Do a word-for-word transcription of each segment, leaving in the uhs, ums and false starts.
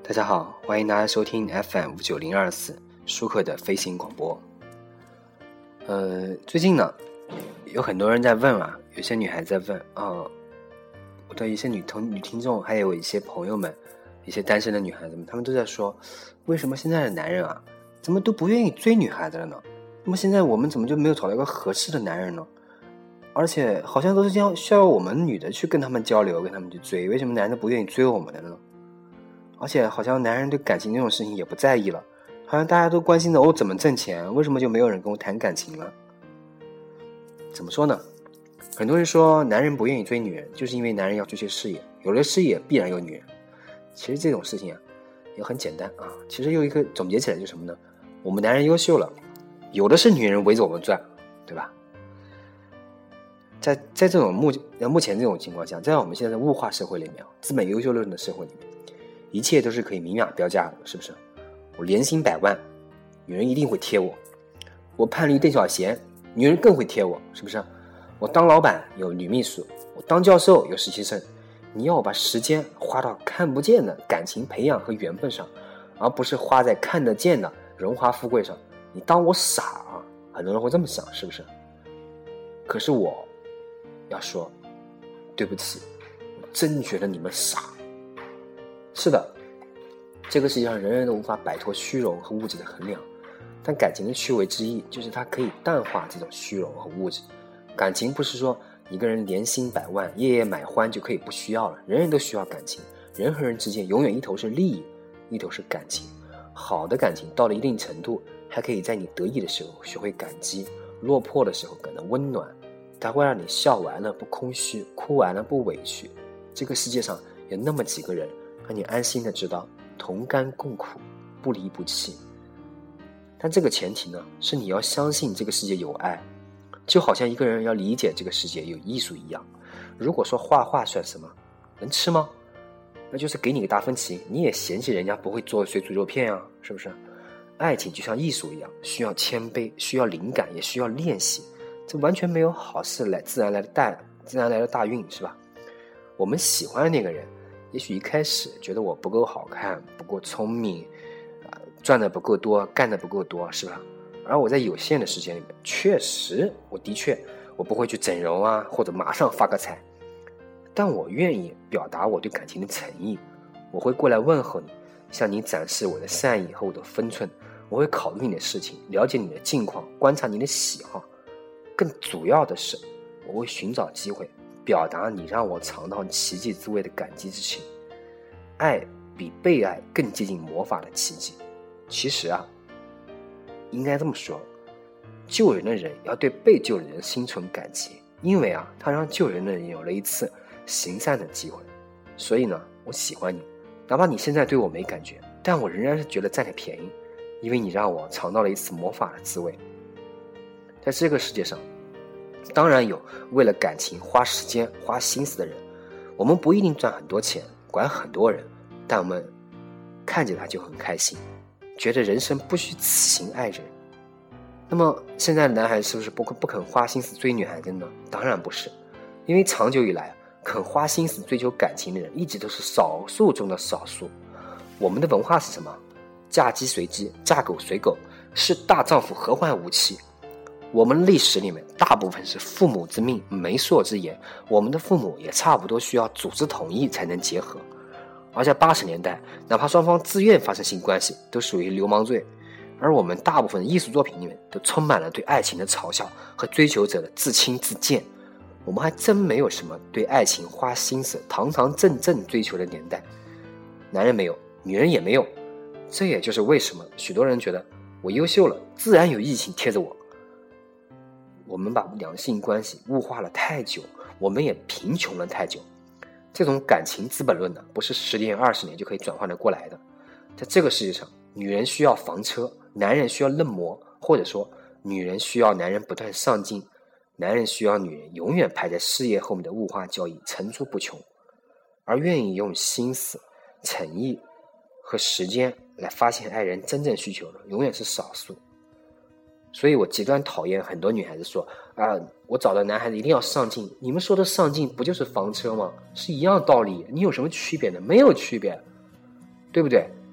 大家好，欢迎大家收听 F M 五九零二四舒克的飞行广播。呃，最近呢，有很多人在问啊，有些女孩在问啊、呃，我的一些女同女听众，还有一些朋友们，一些单身的女孩子们，她们都在说，为什么现在的男人啊，怎么都不愿意追女孩子了呢？那么现在我们怎么就没有找到一个合适的男人呢？而且好像都是这样，需要我们女的去跟他们交流，跟他们去追，为什么男的不愿意追我们的呢？而且好像男人对感情这种事情也不在意了，好像大家都关心的哦怎么挣钱，为什么就没有人跟我谈感情了？怎么说呢？很多人说男人不愿意追女人，就是因为男人要追求事业，有了事业必然有女人。其实这种事情啊，也很简单啊。其实有一个总结起来就是什么呢？我们男人优秀了，有的是女人围着我们转，对吧？在在这种目目前这种情况下，在我们现在的物化社会里面，资本优秀论的社会里面，一切都是可以明码标价的，是不是？我年薪百万，女人一定会贴我；我叛逆邓小闲，女人更会贴我，是不是？我当老板有女秘书，我当教授有实习生。你要我把时间花到看不见的感情培养和缘分上，而不是花在看得见的荣华富贵上，你当我傻啊？很多人会这么想，是不是？可是我要说，对不起，我真觉得你们傻。是的，这个世界上人人都无法摆脱虚荣和物质的衡量，但感情的趣味之意就是它可以淡化这种虚荣和物质。感情不是说一个人年薪百万夜夜买欢就可以不需要了，人人都需要感情，人和人之间永远一头是利益，一头是感情。好的感情到了一定程度，还可以在你得意的时候学会感激，落魄的时候感到温暖，它会让你笑完了不空虚，哭完了不委屈。这个世界上有那么几个人让你安心的知道同甘共苦，不离不弃。但这个前提呢，是你要相信这个世界有爱，就好像一个人要理解这个世界有艺术一样。如果说画画算什么，能吃吗？那就是给你个达芬奇，你也嫌弃人家不会做水煮肉片啊，是不是？爱情就像艺术一样，需要谦卑，需要灵感，也需要练习。这完全没有好事来自然来的大自然来的大运，是吧？我们喜欢的那个人，也许一开始觉得我不够好看，不够聪明，呃，赚的不够多，干的不够多，是吧？而我在有限的时间里面，确实，我的确，我不会去整容啊，或者马上发个财，但我愿意表达我对感情的诚意，我会过来问候你，向你展示我的善意和我的分寸，我会考虑你的事情，了解你的近况，观察你的喜好，更主要的是，我会寻找机会表达你让我尝到奇迹滋味的感激之情。爱比被爱更接近魔法的奇迹。其实啊，应该这么说，救人的人要对被救的人心存感激，因为啊，他让救人的人有了一次行善的机会。所以呢，我喜欢你，哪怕你现在对我没感觉，但我仍然是觉得占了便宜，因为你让我尝到了一次魔法的滋味。在这个世界上，当然有为了感情花时间花心思的人，我们不一定赚很多钱，管很多人，但我们看着他就很开心，觉得人生不需此情爱人。那么现在的男孩是不是不不肯花心思追女孩子呢？当然不是，因为长久以来肯花心思追求感情的人一直都是少数中的少数。我们的文化是什么？嫁鸡随鸡，嫁狗随狗，是大丈夫何患无妻。我们历史里面大部分是父母之命，媒妁之言，我们的父母也差不多需要组织统一才能结合。而在八十年代，哪怕双方自愿发生性关系，都属于流氓罪。而我们大部分艺术作品里面都充满了对爱情的嘲笑和追求者的自轻自贱。我们还真没有什么对爱情花心思堂堂正正追求的年代，男人没有，女人也没有。这也就是为什么许多人觉得我优秀了，自然有异性贴着我。我们把两性关系物化了太久，我们也贫穷了太久。这种感情资本论呢，不是十年二十年就可以转换得过来的。在这个世界上，女人需要房车，男人需要嫩模，或者说女人需要男人不断上进，男人需要女人永远排在事业后面的物化交易层出不穷。而愿意用心思、诚意和时间来发现爱人真正需求的，永远是少数。所以我极端讨厌很多女孩子说啊，我找的男孩子一定要上进。你们说的上进不就是房车吗？是一样道理，你有什么区别呢？没有区别，对不对？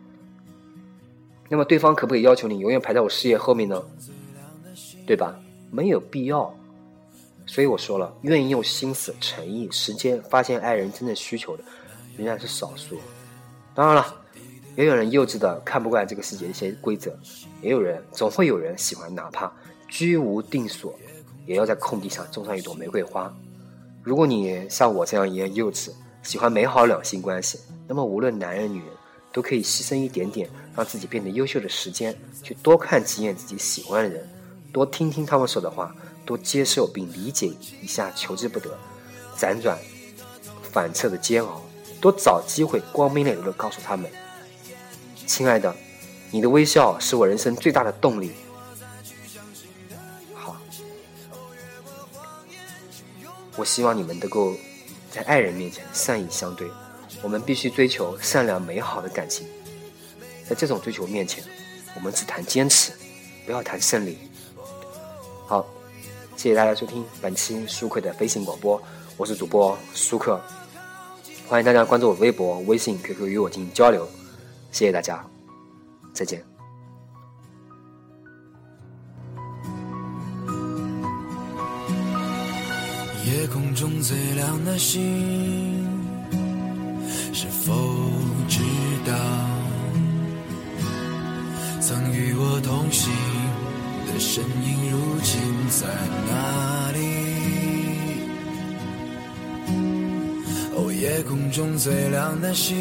那么对方可不可以要求你永远排在我事业后面呢？对吧？没有必要。所以我说了，愿意用心思、诚意、时间发现爱人真正需求的仍然是少数。当然了，也有人幼稚的看不惯这个世界的一些规则，也有人总会有人喜欢哪怕居无定所也要在空地上种上一朵玫瑰花。如果你像我这样一样幼稚，喜欢美好两性关系，那么无论男人女人都可以牺牲一点点让自己变得优秀的时间，去多看几眼自己喜欢的人，多听听他们说的话，多接受并理解一下求之不得辗转反侧的煎熬，多找机会光明磊落地告诉他们，亲爱的，你的微笑是我人生最大的动力。好，我希望你们能够在爱人面前善意相对，我们必须追求善良美好的感情。在这种追求面前，我们只谈坚持，不要谈胜利。好，谢谢大家收听本期舒克的飞行广播，我是主播舒克，欢迎大家关注我微博、微信、Q Q 与我进行交流。谢谢大家，再见。 夜空中最亮的星，是否知道曾与我同行的身影如今在哪里？哦，夜空中最亮的星，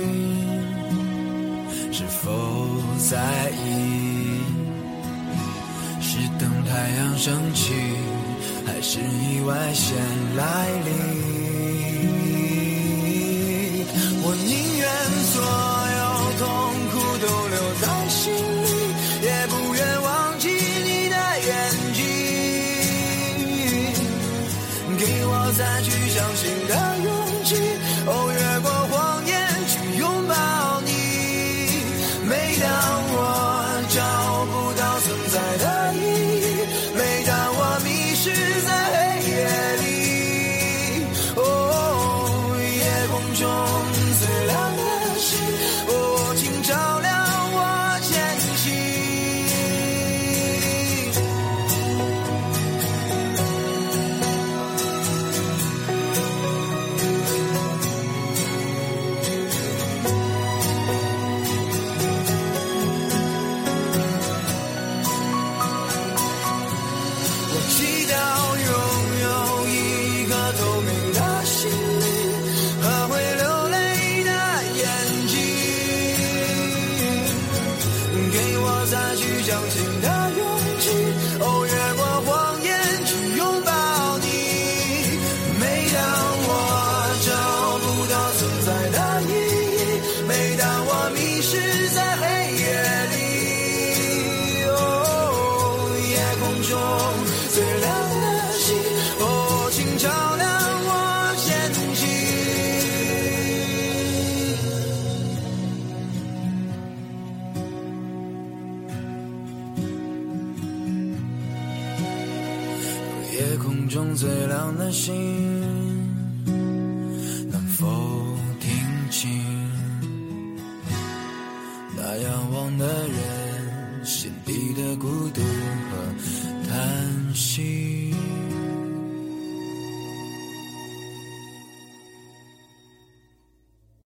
是否在意？是等太阳升起，还是意外先来临？我宁愿所有痛苦都留在心里，也不愿忘记你的眼睛，给我再去相信的勇气，哦，越过谎言去拥抱你。每当我找不到存在的意义，每当我迷失在黑夜里，哦，夜空中最亮的星，哦，请照亮我前行。我祈祷拥有一颗透明的心灵和会流泪的眼睛，给我再去相信的勇气，哦，越过谎言去拥抱你。每当我找不到存在的意义，每当我迷失在黑夜里，哦，夜空中最亮的星，哦，请照亮我前行。夜空中最亮的星，能否